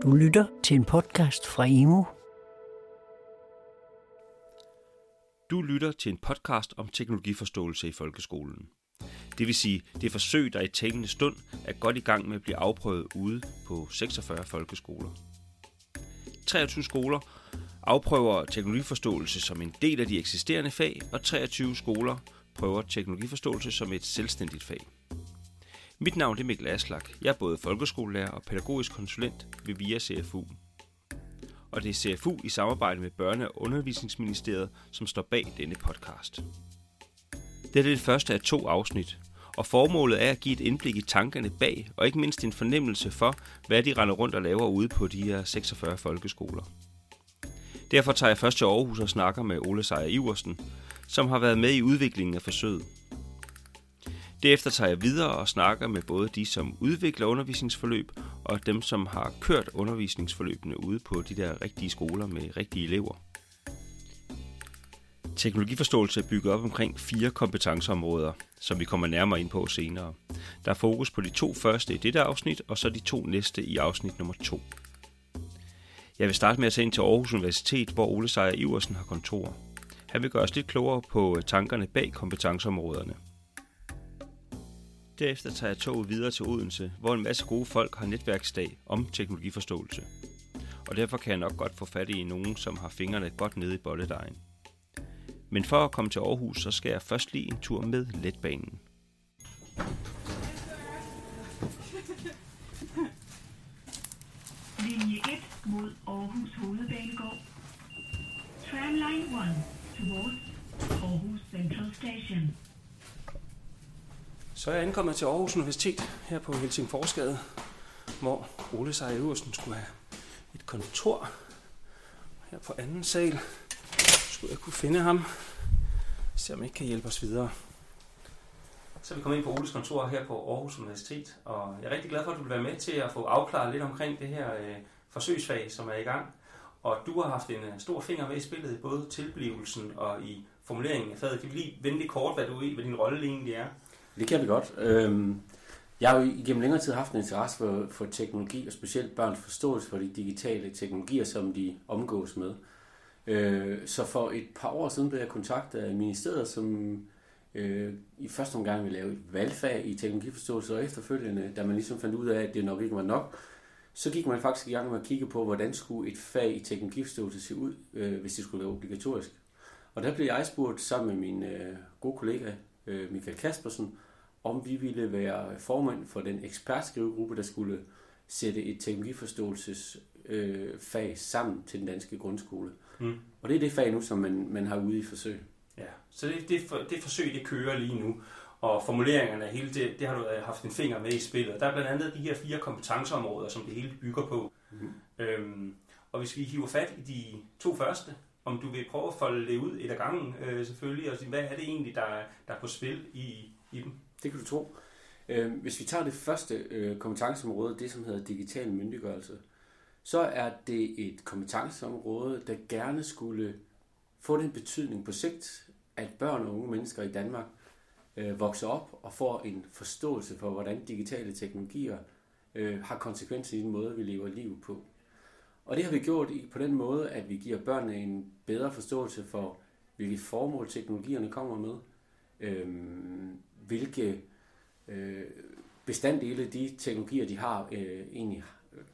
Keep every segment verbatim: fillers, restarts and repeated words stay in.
Du lytter til en podcast fra E M U. Du lytter til en podcast om teknologiforståelse i folkeskolen. Det vil sige, det er forsøg, der i talende stund er godt i gang med at blive afprøvet ude på seksogfyrre folkeskoler. treogtyve skoler afprøver teknologiforståelse som en del af de eksisterende fag, og treogtyve skoler prøver teknologiforståelse som et selvstændigt fag. Mit navn er Mikkel Aslak. Jeg er både folkeskolelærer og pædagogisk konsulent ved V I A C F U. Og det er C F U i samarbejde med Børne- og Undervisningsministeriet, som står bag denne podcast. Det er det første af to afsnit, og formålet er at give et indblik i tankerne bag, og ikke mindst en fornemmelse for, hvad de render rundt og laver ude på de her seksogfyrre folkeskoler. Derfor tager jeg først til Aarhus og snakker med Ole Sejer Iversen, som har været med i udviklingen af forsøget. Derefter tager jeg videre og snakker med både de, som udvikler undervisningsforløb, og dem, som har kørt undervisningsforløbene ude på de der rigtige skoler med rigtige elever. Teknologiforståelse er bygget op omkring fire kompetenceområder, som vi kommer nærmere ind på senere. Der er fokus på de to første i dette afsnit, og så de to næste i afsnit nummer to. Jeg vil starte med at tage ind til Aarhus Universitet, hvor Ole Sejer Iversen har kontor. Han vil gøre os lidt klogere på tankerne bag kompetenceområderne. Derefter tager jeg toget videre til Odense, hvor en masse gode folk har netværksdag om teknologiforståelse. Og derfor kan jeg nok godt få fat i nogen, som har fingrene godt nede i bolledejen. Men for at komme til Aarhus, så skal jeg først lige en tur med letbanen. Linje et mod Aarhus Hovedbanegård. Tramline et towards Aarhus Central Station. Så er jeg ankommet til Aarhus Universitet her på Helsingforsgade, hvor Ole Sejer Iversen skulle have et kontor. Her på anden sal skulle jeg kunne finde ham, se om jeg ikke kan hjælpe os videre. Så er vi kommet ind på Oles kontor her på Aarhus Universitet, og jeg er rigtig glad for, at du vil være med til at få afklaret lidt omkring det her øh, forsøgsfag, som er i gang. Og du har haft en stor finger med i spillet, både tilblivelsen og i formuleringen af faget. Kan vi lige vende lidt kort, hvad, du, hvad din rolle egentlig er? Det kan vi godt. Jeg har jo igennem længere tid haft en interesse for, for teknologi, og specielt børns forståelse for de digitale teknologier, som de omgås med. Så for et par år siden blev jeg kontaktet af ministeriet, som i første omgang ville lave et valgfag i teknologiforståelse, og efterfølgende, da man ligesom fandt ud af, at det nok ikke var nok, så gik man faktisk i gang med at kigge på, hvordan skulle et fag i teknologiforståelse se ud, hvis det skulle være obligatorisk. Og der blev jeg spurgt sammen med min gode kollega, Michael Kaspersen, om vi ville være formand for den ekspertskrivegruppe, der skulle sætte et teknologiforståelsesfag sammen til den danske grundskole. Mm. Og det er det fag nu, som man, man har ude i forsøg. Ja, så det, det, for, det forsøg, det kører lige nu. Og formuleringerne af hele det, det har du haft en finger med i spillet. Der er blandt andet de her fire kompetenceområder, som det hele bygger på. Mm. Øhm, og hvis vi hiver fat i de to første, om du vil prøve at folde det ud et af gangen øh, selvfølgelig, og sige, hvad er det egentlig, der, der er på spil i, i dem? Det kan du tro. Øh, hvis vi tager det første øh, kompetenceområde, det som hedder digital myndiggørelse, så er det et kompetenceområde, der gerne skulle få den betydning på sigt, at børn og unge mennesker i Danmark øh, vokser op og får en forståelse for, hvordan digitale teknologier øh, har konsekvenser i den måde, vi lever livet på. Og det har vi gjort på den måde, at vi giver børnene en bedre forståelse for, hvilke formål teknologierne kommer med, øh, hvilke øh, bestanddele de teknologier, de har, øh, egentlig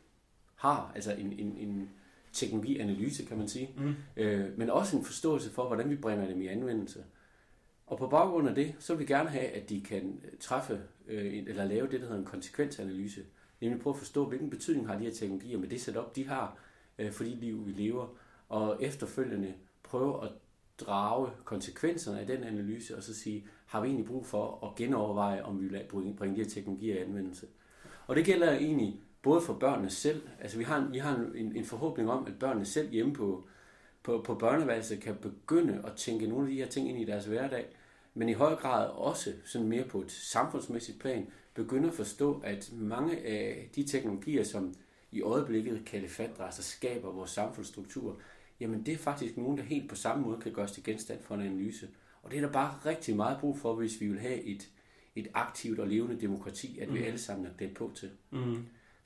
har, altså en, en, en teknologianalyse, kan man sige, mm. øh, men også en forståelse for, hvordan vi bringer dem i anvendelse. Og på baggrund af det, så vil vi gerne have, at de kan træffe, øh, eller lave det, der hedder en konsekvensanalyse, nemlig prøve at forstå, hvilken betydning har de her teknologier med det setup, de har øh, for de liv, vi lever, og efterfølgende prøve at drage konsekvenserne af den analyse, og så sige, har vi egentlig brug for at genoverveje, om vi vil bringe de her teknologier i anvendelse. Og det gælder egentlig både for børnene selv, altså vi har en, vi har en, en forhåbning om, at børnene selv hjemme på, på, på børneværelset kan begynde at tænke nogle af de her ting ind i deres hverdag, men i høj grad også sådan mere på et samfundsmæssigt plan, begynde at forstå, at mange af de teknologier, som i øjeblikket kalifatræster skaber vores samfundsstruktur, jamen det er faktisk nogen, der helt på samme måde kan gøres til genstand for en analyse. Og det er der bare rigtig meget brug for, hvis vi vil have et, et aktivt og levende demokrati, at vi mm. alle sammen er klædt på til. Mm.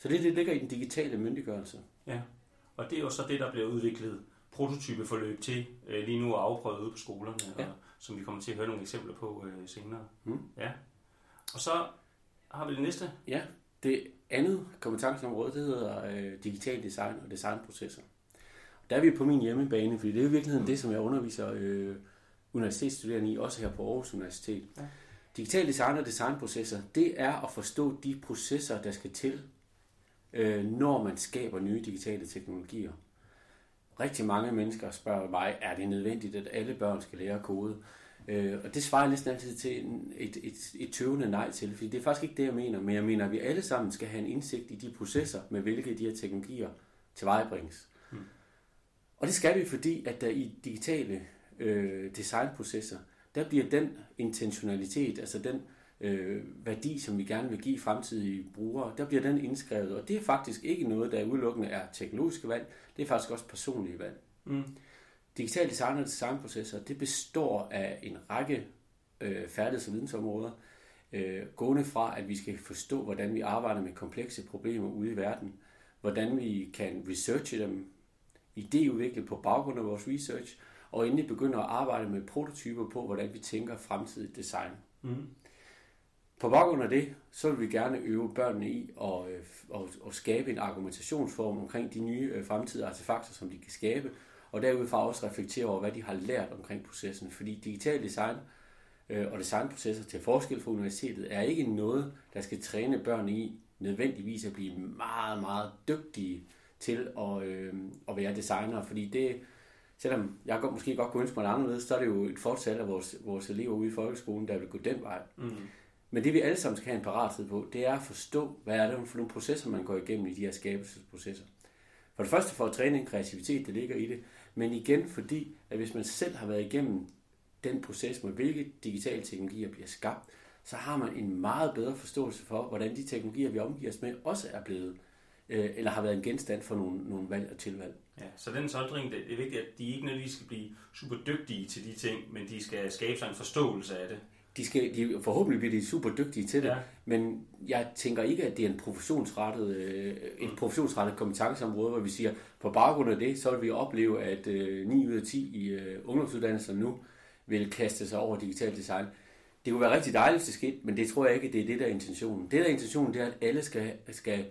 Så det, det ligger i den digitale myndiggørelse. Ja, og det er jo så det, der bliver udviklet prototypeforløb til øh, lige nu og afprøvet ude på skolerne, ja. Og, som vi kommer til at høre nogle eksempler på øh, senere. Mm. Ja. Og så har vi det næste. Ja, det andet kompetenceområde, det hedder øh, digital design og designprocesser. Der er vi på min hjemmebane, fordi det er i virkeligheden det, som jeg underviser øh, universitetsstuderende i, også her på Aarhus Universitet. Ja. Digital design og designprocesser, det er at forstå de processer, der skal til, øh, når man skaber nye digitale teknologier. Rigtig mange mennesker spørger mig, er det nødvendigt, at alle børn skal lære kode? Øh, og det svarer jeg næsten altid til en, et, et, et tøvende nej til, fordi det er faktisk ikke det, jeg mener, men jeg mener, at vi alle sammen skal have en indsigt i de processer, med hvilke de her teknologier tilvejebringes. Hmm. Og det skal vi, fordi at der i digitale øh, designprocesser, der bliver den intentionalitet, altså den øh, værdi, som vi gerne vil give fremtidige brugere, der bliver den indskrevet, og det er faktisk ikke noget, der udelukkende er teknologiske valg, det er faktisk også personlige valg. Mm. Digital design og designprocesser, det består af en række øh, færdigheds- og vidensområder, øh, gående fra, at vi skal forstå, hvordan vi arbejder med komplekse problemer ude i verden, hvordan vi kan researche dem, idéudvikle på baggrund af vores research, og endelig begynde at arbejde med prototyper på, hvordan vi tænker fremtidigt design. Mm. På baggrund af det, så vil vi gerne øve børnene i at, at, at skabe en argumentationsform omkring de nye fremtidige artefakter, som de kan skabe, og derudfra også reflektere over, hvad de har lært omkring processen. Fordi digital design og designprocesser til forskel fra universitetet er ikke noget, der skal træne børnene i nødvendigvis at blive meget, meget dygtige til at, øh, at være designere, fordi det, selvom jeg godt, måske godt kunne ønske mig anderledes, så er det jo et fortsat af vores, vores elever ude i folkeskolen, der vil gå den vej. Mm. Men det vi alle sammen skal have en parathed på, det er at forstå, hvad er det for nogle processer, man går igennem i de her skabelsesprocesser. For det første for at træne en kreativitet, der ligger i det, men igen fordi, at hvis man selv har været igennem den proces med, hvilke digitale teknologier bliver skabt, så har man en meget bedre forståelse for, hvordan de teknologier, vi omgiver os med, også er blevet eller har været en genstand for nogle, nogle valg og tilvalg. Ja, så den sondring, det er vigtigt, at de ikke nødvendigvis skal blive super dygtige til de ting, men de skal skabe sig en forståelse af det. De skal, de, forhåbentlig bliver de super dygtige til det, ja. Men jeg tænker ikke, at det er en professionsrettet, øh, et mm. professionsrettet kompetenceområde, hvor vi siger, på baggrund af det, så vil vi opleve, at øh, ni ud af ti i øh, ungdomsuddannelser nu vil kaste sig over digital design. Det kunne være rigtig dejligt, det skete, men det tror jeg ikke, det er det, der er intentionen. Det, der er intentionen, det er, at alle skal, skal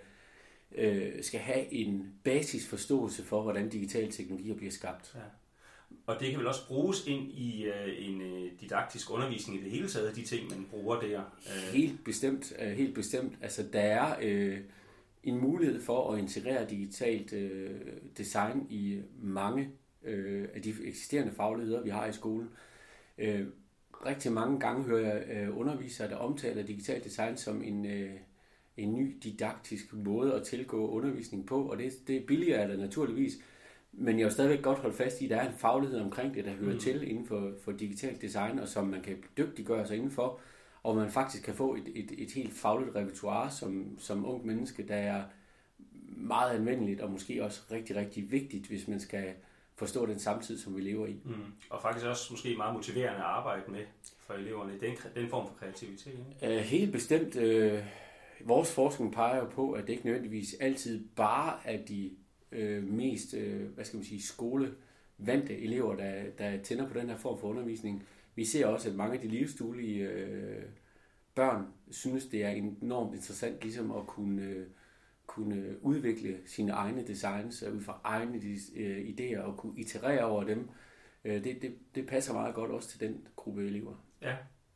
Øh, skal have en basisforståelse for, hvordan digitale teknologier bliver skabt. Ja. Og det kan vel også bruges ind i øh, en øh, didaktisk undervisning i det hele taget, de ting, man bruger der? Øh. Helt bestemt. Øh, helt bestemt. Altså, der er øh, en mulighed for at integrere digitalt øh, design i mange øh, af de eksisterende fagligheder, vi har i skolen. Øh, rigtig mange gange hører jeg øh, undervisere, der omtaler digital design som en øh, en ny didaktisk måde at tilgå undervisning på, og det, det er billigere der naturligvis, men jeg vil stadigvæk godt holde fast i, at der er en faglighed omkring det, der hører mm. til inden for, for digitalt design, og som man kan dygtiggøre sig indenfor, og man faktisk kan få et, et, et helt fagligt repertoire som, som ung menneske, der er meget anvendeligt, og måske også rigtig, rigtig vigtigt, hvis man skal forstå den samtid, som vi lever i. Mm. Og faktisk også måske meget motiverende at arbejde med for eleverne, den, den form for kreativitet. Ikke? Uh, helt bestemt. Uh, Vores forskning peger jo på, at det ikke nødvendigvis altid bare er de øh, mest øh, hvad skal man sige, skolevante elever, der, der tænder på den her form for undervisning. Vi ser også, at mange af de livsduelige øh, børn synes, det er enormt interessant ligesom at kunne, øh, kunne udvikle sine egne designs ud fra egne øh, idéer og kunne iterere over dem. Øh, det, det, det passer meget godt også til den gruppe elever. Ja.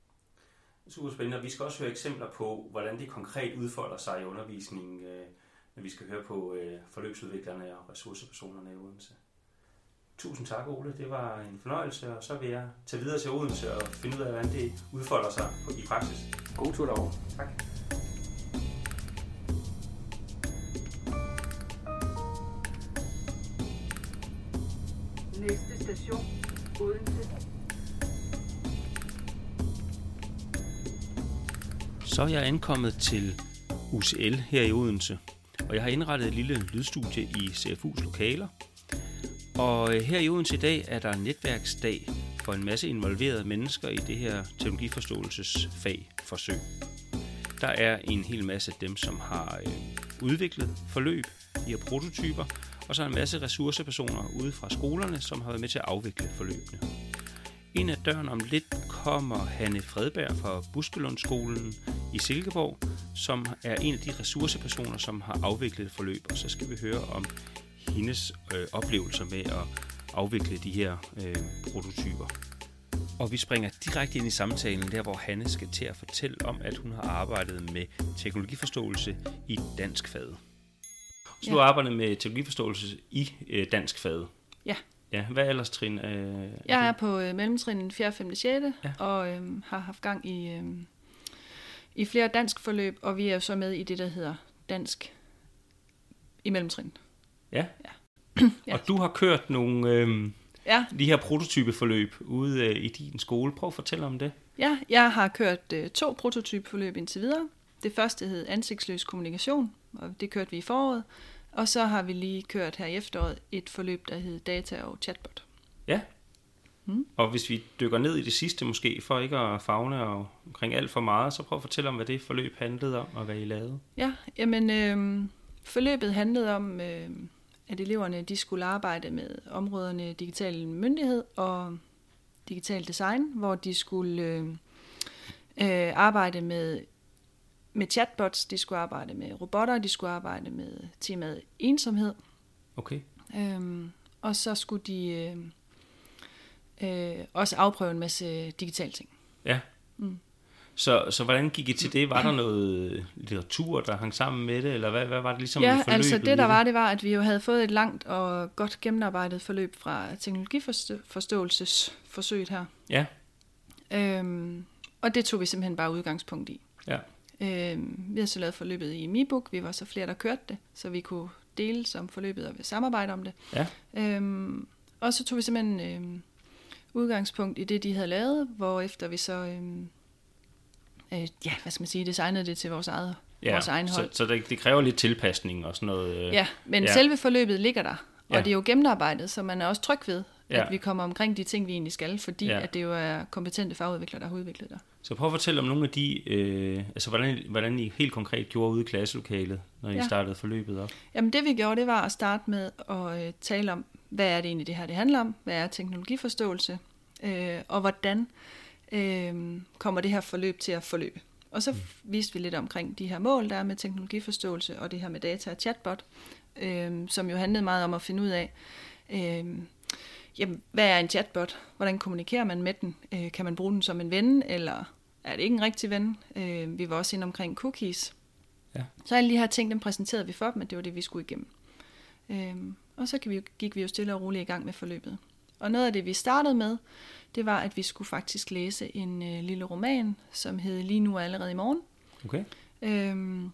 Super spændende, og vi skal også høre eksempler på, hvordan det konkret udfolder sig i undervisningen, når vi skal høre på forløbsudviklerne og ressourcepersonerne i Odense. Tusind tak, Ole. Det var en fornøjelse, og så vil jeg tage videre til Odense og finde ud af, hvordan det udfolder sig i praksis. God tur derovre. Tak. Næste station, Odense. Så er jeg ankommet til U C L her i Odense, og jeg har indrettet et lille lydstudie i C F U's lokaler. Og her i Odense i dag er der netværksdag for en masse involverede mennesker i det her teknologiforståelsesfag forsøg. Der er en hel masse af dem, som har udviklet forløb, de her prototyper, og så er en masse ressourcepersoner ude fra skolerne, som har været med til at afvikle forløbene. Ind ad døren om lidt kommer Hanne Fredberg fra Buskelundskolen i Silkeborg, som er en af de ressourcepersoner, som har afviklet forløb, og så skal vi høre om hendes øh, oplevelser med at afvikle de her øh, prototyper. Og vi springer direkte ind i samtalen, der hvor Hanne skal til at fortælle om, at hun har arbejdet med teknologiforståelse i danskfaget. Så ja. Du har arbejdet med teknologiforståelse i øh, danskfaget. Ja. Ja, hvad alderstrin? Øh, er jeg er på øh, mellemtrin fjerde, femte, sjette Ja. og øh, har haft gang i, øh, i flere dansk forløb, og vi er jo så med i det, der hedder dansk i mellemtrin. Ja. Ja. Og du har kørt nogle øh, Ja. de her prototypeforløb ude øh, i din skole. Prøv at fortælle om det. Ja, jeg har kørt øh, to prototypeforløb indtil videre. Det første hed ansigtsløs kommunikation, og det kørte vi i foråret. Og så har vi lige kørt her i efteråret et forløb, der hed data og chatbot. Ja. Mm. Og hvis vi dykker ned i det sidste måske, for ikke at favne og omkring alt for meget, så prøv at fortælle om, hvad det forløb handlede om, og hvad I lavede. Ja, jamen øh, forløbet handlede om, øh, at eleverne de skulle arbejde med områderne digital myndighed og digital design, hvor de skulle øh, øh, arbejde med, med chatbots, de skulle arbejde med robotter, de skulle arbejde med temaet ensomhed. Okay. Øhm, og så skulle de øh, øh, også afprøve en masse digitale ting. Ja. Mm. Så, så hvordan gik I til det? Var der noget litteratur, der hang sammen med det, eller hvad, hvad var det ligesom i Ja, forløbet? altså det der var, det var, at vi jo havde fået et langt og godt gennemarbejdet forløb fra teknologiforståelsesforsøget her. Ja. Øhm, og det tog vi simpelthen bare udgangspunkt i. Ja. Øhm, vi havde så lavet forløbet i MiBook, vi var så flere, der kørte det, så vi kunne dele om forløbet og samarbejde om det. Ja. Øhm, og så tog vi simpelthen øhm, udgangspunkt i det, de havde lavet, hvorefter vi så øhm, øh, ja, hvad skal man sige, designede det til vores eget Ja, vores egen hold. så, så det, det kræver lidt tilpasning og sådan noget. Øh. Ja, men ja. selve forløbet ligger der, og Ja. det er jo gennemarbejdet, så man er også tryg ved, at Ja. vi kommer omkring de ting, vi egentlig skal, fordi Ja. at det jo er kompetente fagudviklere, der har udviklet det. Så prøv at fortælle om nogle af de, øh, altså hvordan, hvordan I helt konkret gjorde ude i klasselokalet, når I Ja. startede forløbet op. Jamen det vi gjorde, det var at starte med at øh, tale om, hvad er det egentlig det her, det handler om, hvad er teknologiforståelse, øh, og hvordan øh, kommer det her forløb til at forløbe. Og så viste vi lidt omkring de her mål, der er med teknologiforståelse, og det her med data og chatbot, øh, som jo handlede meget om at finde ud af, øh, jamen, hvad er en chatbot? Hvordan kommunikerer man med den? Øh, kan man bruge den som en ven, eller er det ikke en rigtig ven? Øh, vi var også inde omkring cookies. Ja. Så alle de her ting, dem præsenterede vi for dem, at det var det, vi skulle igennem. Øh, og så gik vi jo stille og roligt i gang med forløbet. Og noget af det, vi startede med, det var, at vi skulle faktisk læse en øh, lille roman, som hed Lige nu og allerede i morgen. Okay. Øhm,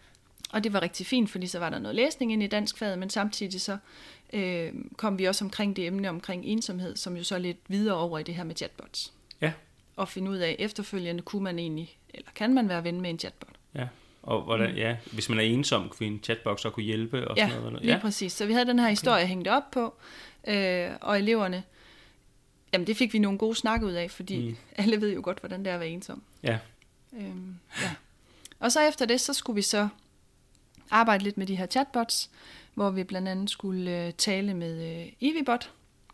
og det var rigtig fint, fordi så var der noget læsning ind i danskfaget, men samtidig så øh, kom vi også omkring det emne omkring ensomhed, som jo så er lidt videre over i det her med chatbots. Ja. Og finde ud af efterfølgende, kunne man egentlig, eller kan man være ven med en chatbot? Ja. Og hvordan, ja, hvis man er ensom, kunne en chatbot så kunne hjælpe og Ja, sådan noget. lige præcis. Så vi havde den her historie okay. hængt op på, øh, og eleverne, jamen det fik vi nogle gode snakke ud af, fordi mm. alle ved jo godt, hvordan det er at være ensom. Ja. Øhm, ja. Og så efter det, så skulle vi så arbejde lidt med de her chatbots, hvor vi blandt andet skulle øh, tale med øh, EavyBot,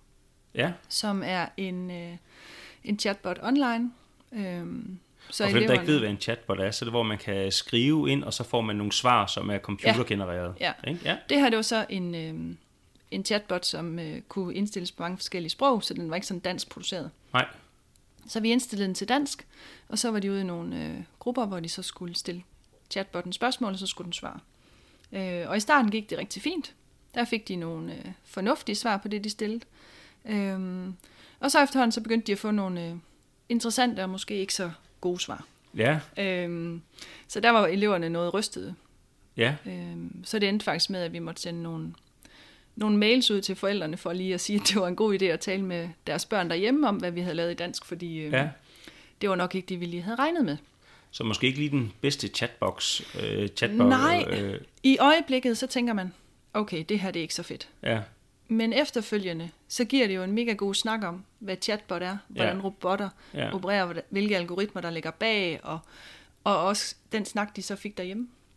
Ja. som er en, øh, en chatbot online. Øhm, så og for dem, der eleverne- ikke ved, hvad en chatbot er, så er det, hvor man kan skrive ind, og så får man nogle svar, som er computergenereret. Ja. Ikke? Ja. Det her det var så en, øh, en chatbot, som øh, kunne indstilles på mange forskellige sprog, så den var ikke sådan dansk produceret. Nej. Så vi indstillede den til dansk, og så var de ude i nogle øh, grupper, hvor de så skulle stille chatbotten spørgsmål, og så skulle den svare. Øh, og i starten gik det rigtig fint. Der fik de nogle øh, fornuftige svar på det, de stillede. Øh, og så efterhånden så begyndte de at få nogle øh, interessante og måske ikke så gode svar. Ja. Øh, så der var eleverne noget rystede. Ja. Øh, så det endte faktisk med, at vi måtte sende nogle, nogle mails ud til forældrene for lige at sige, at det var en god idé at tale med deres børn derhjemme om, hvad vi havde lavet i dansk, fordi øh, Ja. det var nok ikke det, vi lige havde regnet med. Så måske ikke lige den bedste chatbox. Øh, chatbot, Nej, øh, i øjeblikket så tænker man, okay, det her det er ikke så fedt. ja. Men efterfølgende, så giver det jo en mega god snak om, hvad chatbot er, hvordan Ja. robotter Ja. opererer, hvordan- hvilke algoritmer der ligger bag, og, og også den snak, de så fik derhjemme. Ja.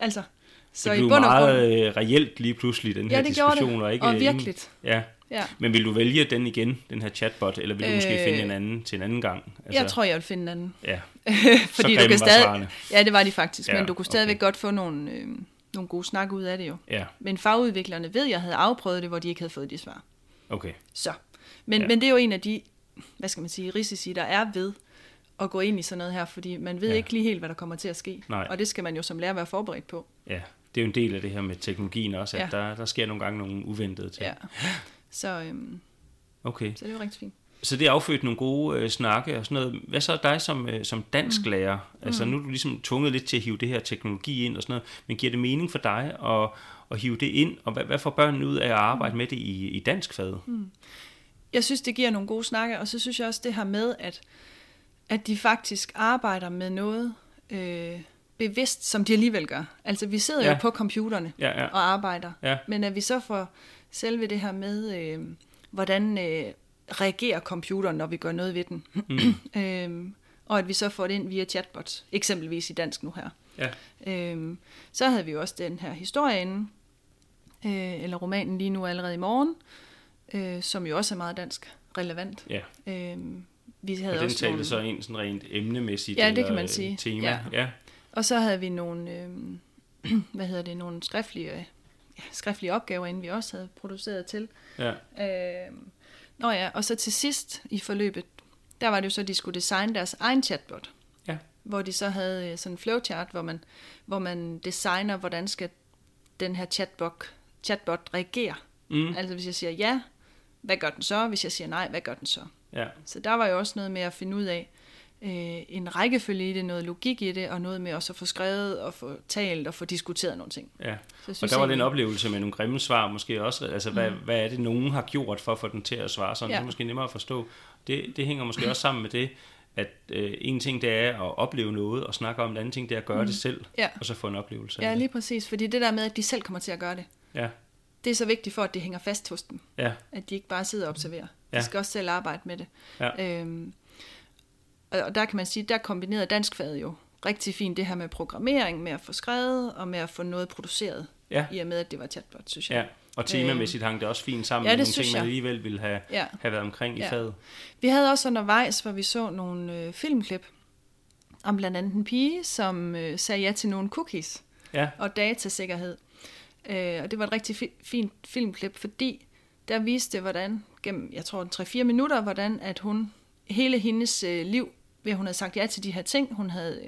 Altså, så det i blev bund og meget grund, reelt lige pludselig, den Ja, her det gjorde diskussion. det. Og, ikke Og virkeligt. Ja. ja. Men vil du vælge den igen, den her chatbot, eller vil du øh, måske finde en anden til en anden gang? Altså, jeg tror, jeg vil finde en anden. Ja. Fordi så du kan stadig, svarene. Ja, det var de faktisk, Ja, men du kunne stadigvæk okay. godt få nogle, øh, nogle gode snak ud af det jo. Ja. Men fagudviklerne ved, jeg havde afprøvet det, hvor de ikke havde fået de svar. Okay. Så. Men, Ja. men det er jo en af de, hvad skal man sige, risici, der er ved at gå ind i sådan noget her, fordi man ved Ja. ikke lige helt, hvad der kommer til at ske. Nej. Og det skal man jo som lærer være forberedt på. Ja, det er jo en del af det her med teknologien også, at Ja. der, der sker nogle gange nogle uventede ting. Ja. Så, øhm, Okay. så det er jo rigtig fint. Så det er affødt nogle gode øh, snakke og sådan noget. Hvad så dig som, øh, som dansklærer? Mm. Altså nu er du ligesom tvunget lidt til at hive det her teknologi ind og sådan noget, men giver det mening for dig at, at hive det ind? Og hvad, hvad får børnene ud af at arbejde mm. med det i, i danskfaget? Mm. Jeg synes, det giver nogle gode snakke, og så synes jeg også det her med, at, at de faktisk arbejder med noget øh, bevidst, som de alligevel gør. Altså vi sidder ja. jo på computerne ja, ja. og arbejder, ja. men at vi så får selve det her med, øh, hvordan øh, reagerer computeren, når vi gør noget ved den. Mm. øhm, og at vi så får det ind via chatbots, eksempelvis i dansk nu her. Ja. Øhm, så havde vi jo også den her historie inde, øh, eller romanen lige nu allerede i morgen, øh, som jo også er meget dansk relevant. Ja. Øhm, vi havde og den også talte nogle... så ind sådan rent emnemæssigt, ja, det eller kan man sige. Tema. Ja. Ja. Og så havde vi nogle, øh, hvad hedder det, nogle skriftlige, ja, skriftlige opgaver, inden vi også havde produceret til. Ja. Øh, nå ja, og så til sidst i forløbet, der var det jo så, at de skulle designe deres egen chatbot. Ja. Hvor de så havde sådan en flowchart, hvor man, hvor man designer, hvordan skal den her chatbot, chatbot reagere. Mm. Altså hvis jeg siger ja, hvad gør den så? Hvis jeg siger nej, hvad gør den så? Ja. Så der var jo også noget med at finde ud af øh, en rækkefølge i det, noget logik i det, og noget med også at få skrevet og få talt og få diskuteret nogle ting. Ja. Så og der var den oplevelse med nogle grimme svar måske også. Altså hvad, Mm. hvad er det, nogen har gjort for at få den til at svare sådan? Ja. Det er måske nemmere at forstå. Det, det hænger måske også sammen med det, at øh, en ting det er at opleve noget og snakke om, en anden ting det er at gøre mm. det selv, ja. og så få en oplevelse. Ja, lige præcis. Fordi det der med, at de selv kommer til at gøre det, ja. det er så vigtigt for, at det hænger fast hos dem. Ja. At de ikke bare sidder og observerer. Ja. De skal også selv arbejde med det. Ja. Øhm, og der kan man sige, der kombinerer danskfaget jo rigtig fint det her med programmering, med at få skrevet og med at få noget produceret. Ja. I og med, at det var chatbot, synes jeg. Ja. Og temamæssigt hang det også fint sammen ja, med nogle ting, man jeg. alligevel ville have, ja. have været omkring ja. i faget. Vi havde også undervejs, hvor vi så nogle øh, filmklip om blandt andet en pige, som øh, sagde ja til nogle cookies ja. og datasikkerhed. Øh, og det var et rigtig fi- fint filmklip, fordi der viste hvordan, gennem, jeg tror, tre fire minutter, hvordan at hun, hele hendes øh, liv, ved hun havde sagt ja til de her ting, hun havde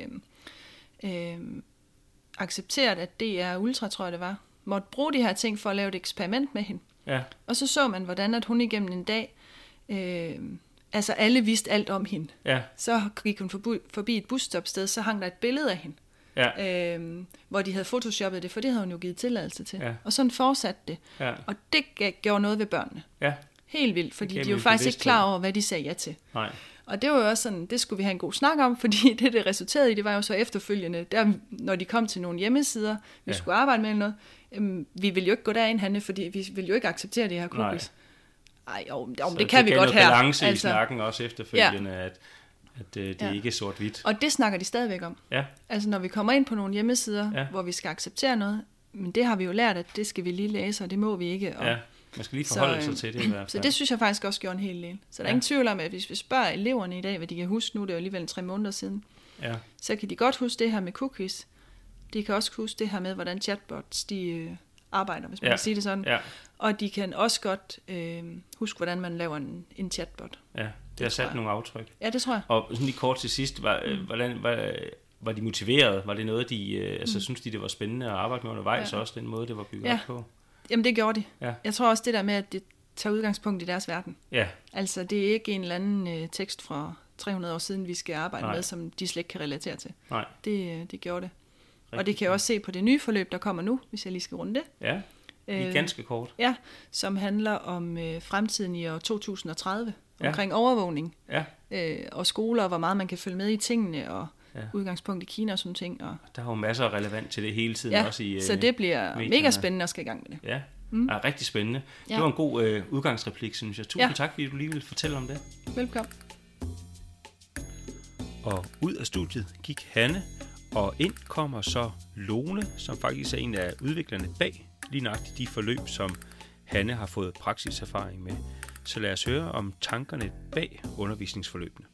øh, øh, accepteret, at D R Ultra, tror jeg det var, måtte bruge de her ting for at lave et eksperiment med hende. Ja. Og så så man, hvordan at hun igennem en dag, øh, altså alle vidste alt om hende. Ja. Så gik hun forbi, forbi et busstopsted, så hang der et billede af hende. Ja. Øh, hvor de havde photoshoppet det, for det havde hun jo givet tilladelse til. Ja. Og sådan fortsatte det. Ja. Og det g- gjorde noget ved børnene. Ja. Helt vildt, fordi det de var faktisk ikke klar over, hvad de sagde ja til. Nej. Og det var jo også sådan, det skulle vi have en god snak om, fordi det, det resulterede i, det var jo så efterfølgende, der, når de kom til nogle hjemmesider, vi ja. skulle arbejde med noget, øhm, vi ville jo ikke gå derind, Hanne, fordi vi ville jo ikke acceptere det her cookies. Ej, jo, jo det kan det vi godt her. Så balance altså, i snakken også efterfølgende, ja. at, at øh, det ja. ikke er sort-hvidt. Og det snakker de stadigvæk om. Ja. Altså når vi kommer ind på nogle hjemmesider, ja. hvor vi skal acceptere noget, men det har vi jo lært, at det skal vi lige læse, og det må vi ikke. Og ja. Man skal lige forholde så, sig til det i hvert fald. Så det synes jeg faktisk også gjorde en hel del. Så der er ja. ingen tvivl om, at hvis vi spørger eleverne i dag, hvad de kan huske, nu det er jo alligevel tre måneder siden, ja. så kan de godt huske det her med cookies. De kan også huske det her med, hvordan chatbots de øh, arbejder, hvis man ja. kan sige det sådan. Ja. Og de kan også godt øh, huske, hvordan man laver en, en chatbot. Ja, det, det har sat nogle aftryk. Ja, det tror jeg. Og sådan lige kort til sidst, var, mm. hvordan, var, var de motiveret? Var det noget, de, øh, altså mm. synes de, det var spændende at arbejde med undervejs ja. også, den måde, det var bygget ja. op på? Jamen det gjorde de. Ja. Jeg tror også det der med, at det tager udgangspunkt i deres verden. Ja. Altså det er ikke en eller anden øh, tekst fra tre hundrede år siden, vi skal arbejde Nej. med, som de slet ikke kan relatere til. Nej. Det, det gjorde det. Rigtig og det kan jeg også se på det nye forløb, der kommer nu, hvis jeg lige skal runde det. Ja, lige ganske kort. Ja, som handler om øh, fremtiden i år to tusind og tredive, ja. omkring overvågning ja. øh, og skoler, og hvor meget man kan følge med i tingene, og ja. udgangspunkt i Kina og sådan ting. Og der er jo masser af relevant til det hele tiden ja, også i så det bliver medierne. Mega spændende at skal i gang med det. Ja, mm. ja rigtig spændende. Ja. Det var en god øh, udgangsreplik, synes jeg. Tusind ja. tak, fordi du lige ville fortælle om det. Velkommen. Og ud af studiet gik Hanne, Og ind kommer så Lone, som faktisk er en af udviklerne bag lige nøjagtigt de forløb, som Hanne har fået praksiserfaring med. Så lad os høre om tankerne bag undervisningsforløbene.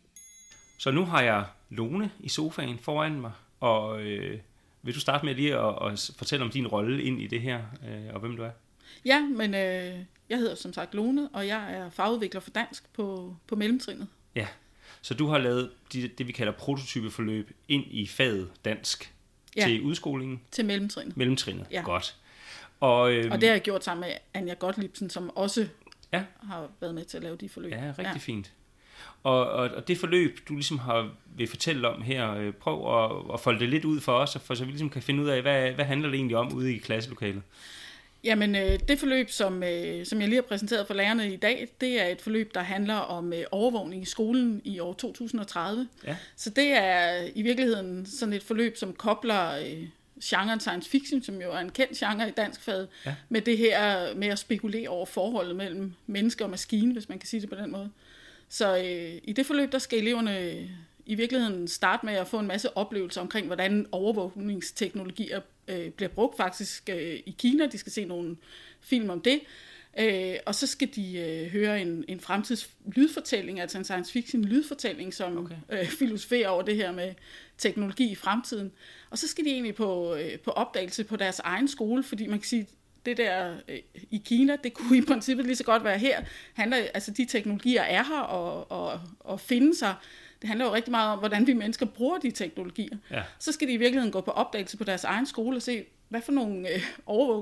Så nu har jeg Lone i sofaen foran mig, og øh, vil du starte med lige at, at fortælle om din rolle ind i det her, øh, og hvem du er? Ja, men øh, jeg hedder som sagt Lone, og jeg er fagudvikler for dansk på, på mellemtrinnet. Ja, så du har lavet det, det vi kalder prototypeforløb ind i faget dansk ja. til udskolingen? Til mellemtrinnet. Mellemtrinnet, ja. Godt. Og, øhm, og det har jeg gjort sammen med Anja Gottliebsen, som også ja. har været med til at lave de forløb. Ja, rigtig ja. fint. Og, og, og det forløb, du ligesom har vil fortælle om her, prøv at, at folde det lidt ud for os, for så vi ligesom kan finde ud af, hvad, hvad handler det egentlig om ude i klasselokalet? Jamen, det forløb, som, som jeg lige har præsenteret for lærerne i dag, det er et forløb, der handler om overvågning i skolen i år to tusind og tredive. Ja. Så det er i virkeligheden sådan et forløb, som kobler genren science fiction, som jo er en kendt genre i danskfaget, ja. med det her med at spekulere over forholdet mellem menneske og maskine, hvis man kan sige det på den måde. Så øh, i det forløb, der skal eleverne i virkeligheden starte med at få en masse oplevelser omkring, hvordan overvågningsteknologier øh, bliver brugt faktisk øh, i Kina. De skal se nogle film om det. Øh, og så skal de øh, høre en, en fremtids lydfortælling, altså en science fiction lydfortælling, som okay. øh, filosoferer over det her med teknologi i fremtiden. Og så skal de egentlig på, øh, på opdagelse på deres egen skole, fordi man kan sige, det der øh, i Kina, det kunne i princippet lige så godt være her. Handler, altså de teknologier er her og, og, og finde sig. Det handler jo rigtig meget om, hvordan vi mennesker bruger de teknologier. Ja. Så skal de i virkeligheden gå på opdagelse på deres egen skole og se, hvad for nogle øh,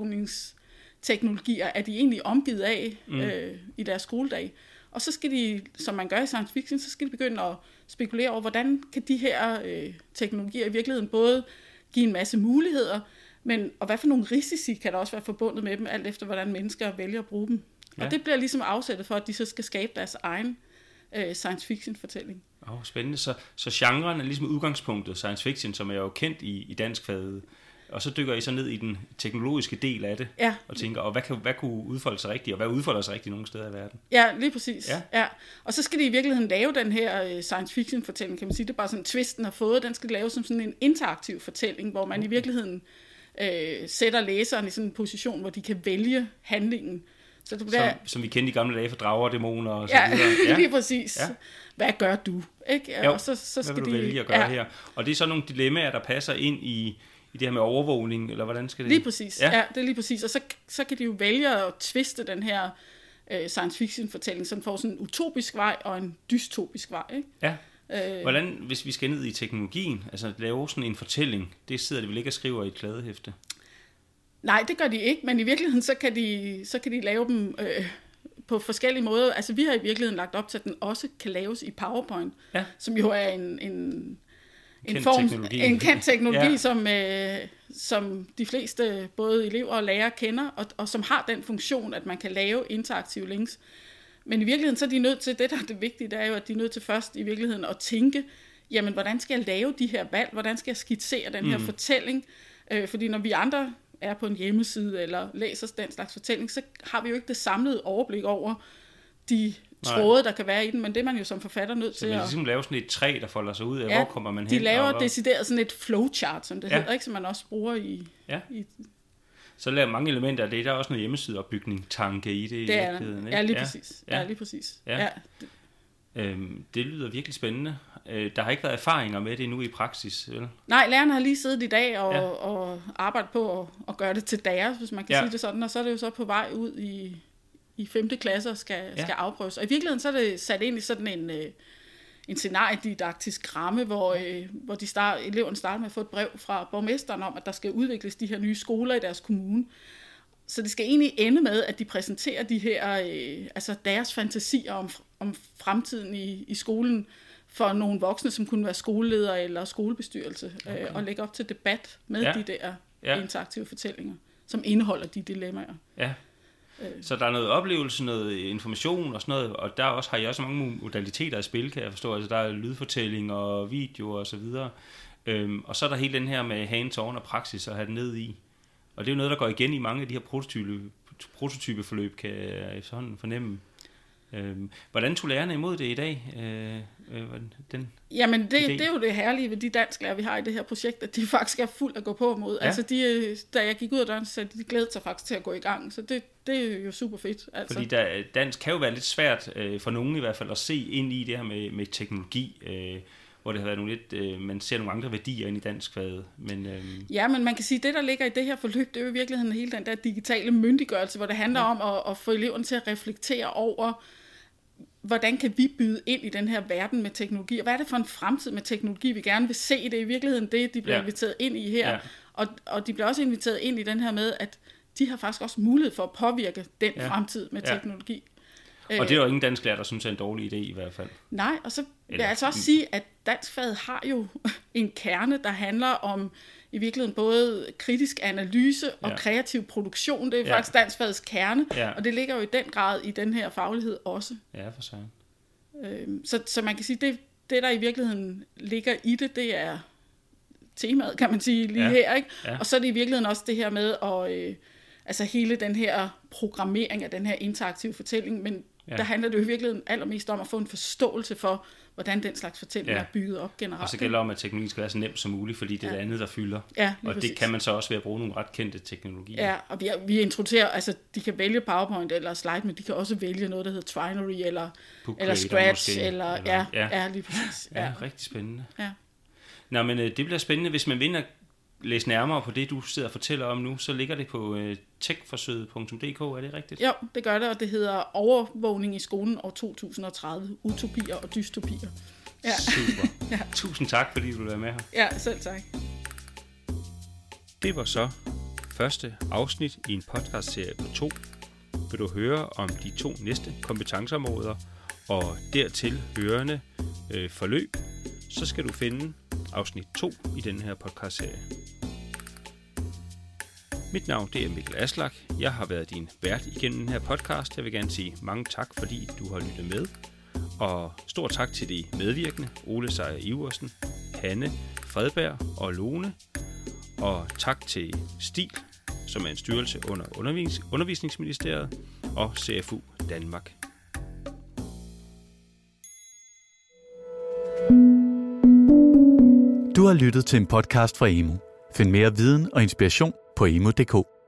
overvågningsteknologier er de egentlig omgivet af mm. øh, i deres skoledag. Og så skal de, som man gør i science fiction, så skal de begynde at spekulere over, hvordan kan de her øh, teknologier i virkeligheden både give en masse muligheder, men og hvad for nogle risici kan der også være forbundet med dem, alt efter hvordan mennesker vælger at bruge dem. Ja. Og det bliver ligesom afsættet for, at de så skal skabe deres egen øh, science fiction fortælling. Åh, oh, spændende. Så, så genren er ligesom udgangspunktet science fiction, som er jo kendt i, i danskfaget. Og så dykker I så ned i den teknologiske del af det, ja. og tænker, og hvad, kan, hvad kunne udfolde sig rigtigt, og hvad udfolder sig rigtigt nogle steder i verden? Ja, lige præcis. Ja. Ja. Og så skal de i virkeligheden lave den her science fiction fortælling, kan man sige. Det er bare sådan, twisten har fået. Den skal lave som sådan en interaktiv fortælling, hvor man i virkeligheden øh, sætter læseren i sådan en position, hvor de kan vælge handlingen. Så det bliver, som, som vi kendte i gamle dage for drager og dæmoner og så ja, videre. Ja, lige præcis. Ja. Hvad gør du? Ikke? Jo, og så, så skal hvad vil de du vælge at gøre ja. her? Og det er så nogle dilemmaer, der passer ind i i det her med overvågning, eller hvordan skal det? Lige præcis, ja, ja det er lige præcis. Og så, så kan de jo vælge at twiste den her øh, science fiction fortælling, så den får sådan en utopisk vej og en dystopisk vej, ikke? Ja. Øh. Hvordan, hvis vi skal ned i teknologien, altså lave sådan en fortælling, det sidder de vel ikke og skriver i et kladehæfte? Nej, det gør de ikke, men i virkeligheden, så kan de, så kan de lave dem øh, på forskellige måder. Altså vi har i virkeligheden lagt op til, at den også kan laves i PowerPoint, ja. Som jo er en... en En, kendt form, teknologi. en kendt teknologi, ja. som, øh, som de fleste, både elever og lærere, kender, og, og som har den funktion, at man kan lave interaktive links. Men i virkeligheden, så er de nødt til, det der er det vigtige, det er jo, at de er nødt til først i virkeligheden at tænke, jamen, hvordan skal jeg lave de her valg? Hvordan skal jeg skitsere den her mm. fortælling? Øh, fordi når vi andre er på en hjemmeside, eller læser den slags fortælling, så har vi jo ikke det samlede overblik over de tråde, der kan være i den, men det er man jo som forfatter nødt så til at... Så man ligesom lave sådan et træ, der folder sig ud af, ja, hvor kommer man hen? De laver og, decideret sådan et flowchart, som det ja. hedder, ikke, som man også bruger i... Ja. i så laver mange elementer af det. Der er også noget hjemmesideopbygning, tanke i det. Det i er der. Ja, lige præcis. Ja, ja lige præcis. Ja. Ja. Øhm, det lyder virkelig spændende. Øh, der har ikke været erfaringer med det endnu i praksis, vel? Nej, lærerne har lige siddet i dag og, ja. og arbejdet på at, at gøre det til deres, hvis man kan ja. sige det sådan, og så er det jo så på vej ud i... i femte klasse skal, ja. skal afprøves. Og i virkeligheden så er det sat ind i sådan en, øh, en scenariedidaktisk ramme, hvor, øh, hvor de start, eleverne starter med at få et brev fra borgmesteren om, at der skal udvikles de her nye skoler i deres kommune. Så det skal egentlig ende med, at de præsenterer de her, øh, altså deres fantasier om, om fremtiden i, i skolen for nogle voksne, som kunne være skoleledere eller skolebestyrelse, okay. øh, og lægge op til debat med ja. de der ja. interaktive fortællinger, som indeholder de dilemmaer. Ja. Så der er noget oplevelse, noget information og sådan noget, og der også har I også mange modaliteter i spil, kan jeg forstå. Altså der er lydfortælling og video og så videre. Øhm, og så er der hele den her med hands-on og praksis at have det ned i. Og det er jo noget, der går igen i mange af de her prototype, prototypeforløb, kan jeg sådan fornemme. Øhm, hvordan tog lærerne imod det i dag? Øh, øh, den Jamen, det, det er jo det herlige ved de dansklærer, vi har i det her projekt, at de faktisk er fuld at gå på mod. Ja. Altså, de, da jeg gik ud af døren, så de glædede sig faktisk til at gå i gang, så det, det er jo super fedt. Altså. Fordi der, dansk kan jo være lidt svært, øh, for nogen i hvert fald, at se ind i det her med, med teknologi, øh, hvor det har været nogle lidt, øh, man ser nogle andre værdier ind i danskfaget. Men, øh... Ja, men man kan sige, at det, der ligger i det her forløb, det er jo i virkeligheden hele den der digitale myndiggørelse, hvor det handler ja. om at, at få eleverne til at reflektere over, hvordan kan vi byde ind i den her verden med teknologi, og hvad er det for en fremtid med teknologi, vi gerne vil se? Det er i virkeligheden det, de bliver ja. inviteret ind i her, ja. og, og de bliver også inviteret ind i den her med, at de har faktisk også mulighed for at påvirke den ja. fremtid med teknologi. Ja. Og det er jo ingen dansklærer, der synes er en dårlig idé i hvert fald. Nej, og så vil jeg altså også sige, at danskfaget har jo en kerne, der handler om i virkeligheden både kritisk analyse og ja. kreativ produktion. Det er ja. faktisk danskfagets kerne, ja. og det ligger jo i den grad i den her faglighed også. Ja, for sig. Øhm, så, så man kan sige, det, det der i virkeligheden ligger i det, det er temaet, kan man sige, lige ja. her. Ikke? Ja. Og så er det i virkeligheden også det her med, at, øh, altså hele den her programmering af den her interaktive fortælling, men ja. der handler det jo i virkeligheden allermest om at få en forståelse for, hvordan den slags fortælling ja. er bygget op generelt. Og så gælder det om, at teknologien skal være så nemt som muligt, fordi det er ja. det andet, der fylder. Ja, og præcis. det kan man så også ved at bruge nogle ret kendte teknologier. Ja, og vi, vi introducerer, altså de kan vælge PowerPoint eller Slide, men de kan også vælge noget, der hedder Trinary eller, eller Scratch. Måske, eller, eller, ja, ja. ja, lige præcis. Ja, ja rigtig spændende. Ja. Nå, men det bliver spændende, hvis man vinder læse nærmere på det, du sidder og fortæller om nu, så ligger det på uh, techforsøget punktum d k, er det rigtigt? Jo, det gør det, og det hedder Overvågning i skolen år to tusind og tredive, utopier og dystopier. Ja. Super. ja. Tusind tak, fordi du ville være med her. Ja, selv tak. Det var så første afsnit i en podcastserie på to. Vil du høre om de to næste kompetenceområder og dertil hørende øh, forløb, så skal du finde afsnit to i denne her podcastserie. Mit navn det er Mikkel Aslak. Jeg har været din vært igennem den her podcast. Jeg vil gerne sige mange tak, fordi du har lyttet med. Og stor tak til de medvirkende, Ole Sejer Iversen, Hanne Fredberg og Lone. Og tak til STIL, som er en styrelse under undervis- Undervisningsministeriet, og C F U Danmark. Du har lyttet til en podcast fra Emu. Find mere viden og inspiration på emu punktum d k.